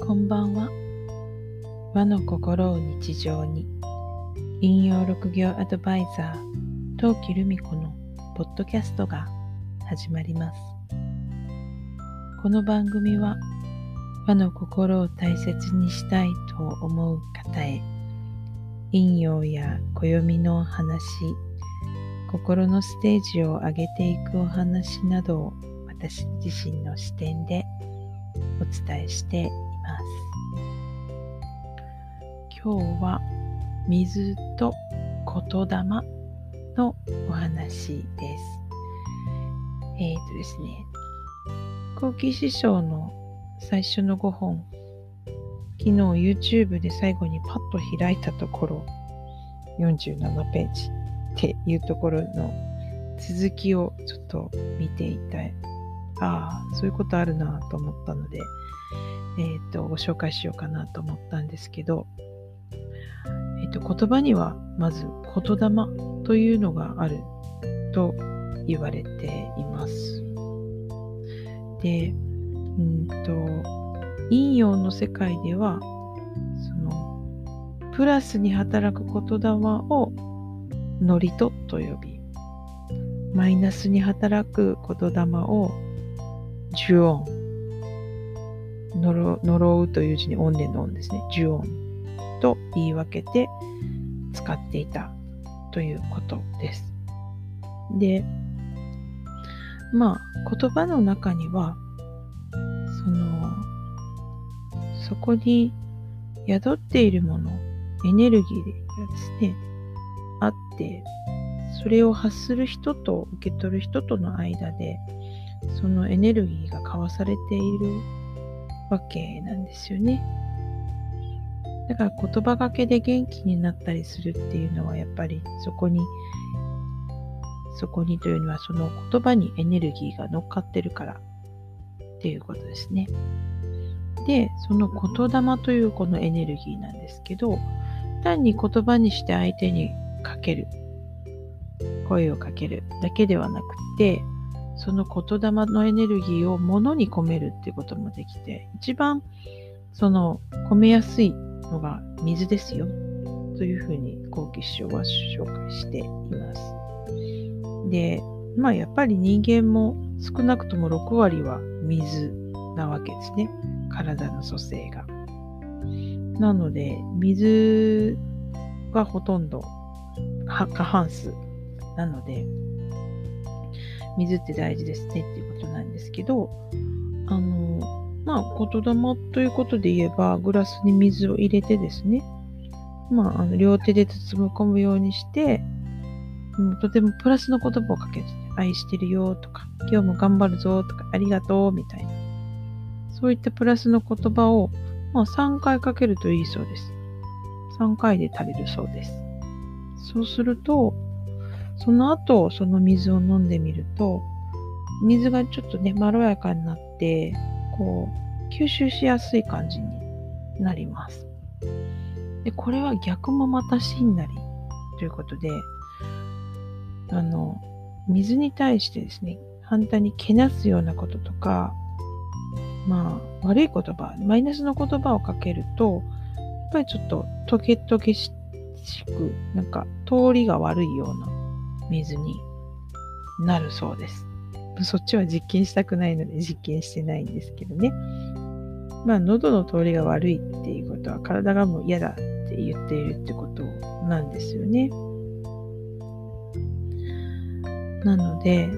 こんばんは。和の心を日常に、引用6行アドバイザー陶器留美子のポッドキャストが始まります。この番組は和の心を大切にしたいと思う方へ、引用や暦の話、心のステージを上げていくお話などを私自身の視点でお伝えしています。今日は水と言霊のお話です。ですね、幸喜師匠の最初の5本、昨日 YouTube で最後にパッと開いたところ、47ページっていうところの続きをちょっと見ていたい。そういうことあるなと思ったので、ご紹介しようかなと思ったんですけど、言葉にはまず言霊というのがあると言われています。で、陰陽の世界ではそのプラスに働く言霊をノリトと呼び、マイナスに働く言霊を呪音、呪うという字に怨念の怨ですね、呪音と言い分けて使っていたということです。で、言葉の中にはそこに宿っているもの、エネルギーがですね、あって、それを発する人と受け取る人との間でそのエネルギーが交わされているわけなんですよね。だから言葉がけで元気になったりするっていうのは、やっぱりそこにというのはその言葉にエネルギーが乗っかってるからっていうことですね。で、その言霊というこのエネルギーなんですけど、単に言葉にして相手にかける、声をかけるだけではなくて、その言霊のエネルギーを物に込めるっていうこともできて、一番込めやすいのが水ですよというふうに幸喜師匠は紹介しています。で、やっぱり人間も少なくとも6割は水なわけですね。体の組成が。なので、水がほとんど過半数なので、水って大事ですねっていうことなんですけど、言霊ということで言えば、グラスに水を入れてですね、両手で包み込むようにして、とてもプラスの言葉をかけて、愛してるよとか、今日も頑張るぞとか、ありがとうみたいな、そういったプラスの言葉を、3回かけるといいそうです。3回で足りるそうです。そうすると、その後、その水を飲んでみると、水がちょっとね、まろやかになって、吸収しやすい感じになります。で、これは逆もまたしんなりということで、水に対してですね、反対にけなすようなこととか、悪い言葉、マイナスの言葉をかけると、やっぱりちょっとトゲトゲしく、通りが悪いような水になるそうです。そっちは実験したくないので実験してないんですけどね。喉の通りが悪いっていうことは、体がもう嫌だって言っているってことなんですよね。なので、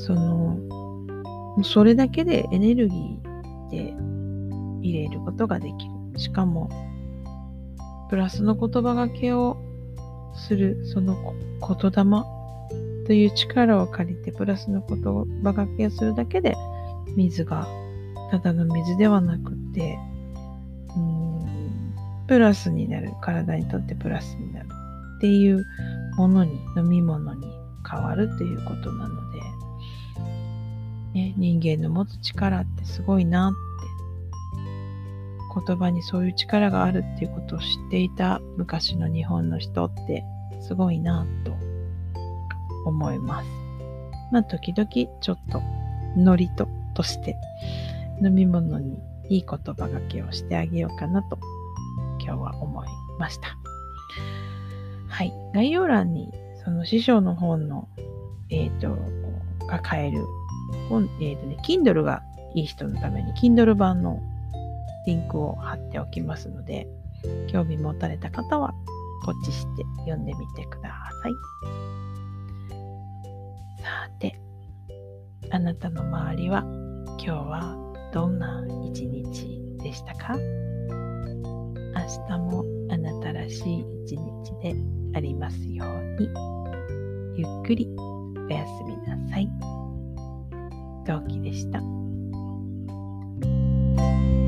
それだけでエネルギーで入れることができる。しかも、プラスの言葉がけをする、その言霊という力を借りてプラスの言葉がけをするだけで、水がただの水ではなくて、プラスになる、体にとってプラスになるっていうものに、飲み物に変わるということなので、人間の持つ力ってすごいなって、言葉にそういう力があるっていうことを知っていた昔の日本の人ってすごいなと思います。時々ちょっとノリとして飲み物にいい言葉がけをしてあげようかなと今日は思いました。はい。概要欄にその師匠の本の、が買えるKindle がいい人のために Kindle 版のリンクを貼っておきますので、興味持たれた方はポチして読んでみてください。さて、あなたの周りは今日はどんな一日でしたか？明日もあなたらしい一日でありますように。ゆっくりおやすみなさい。陶器でした。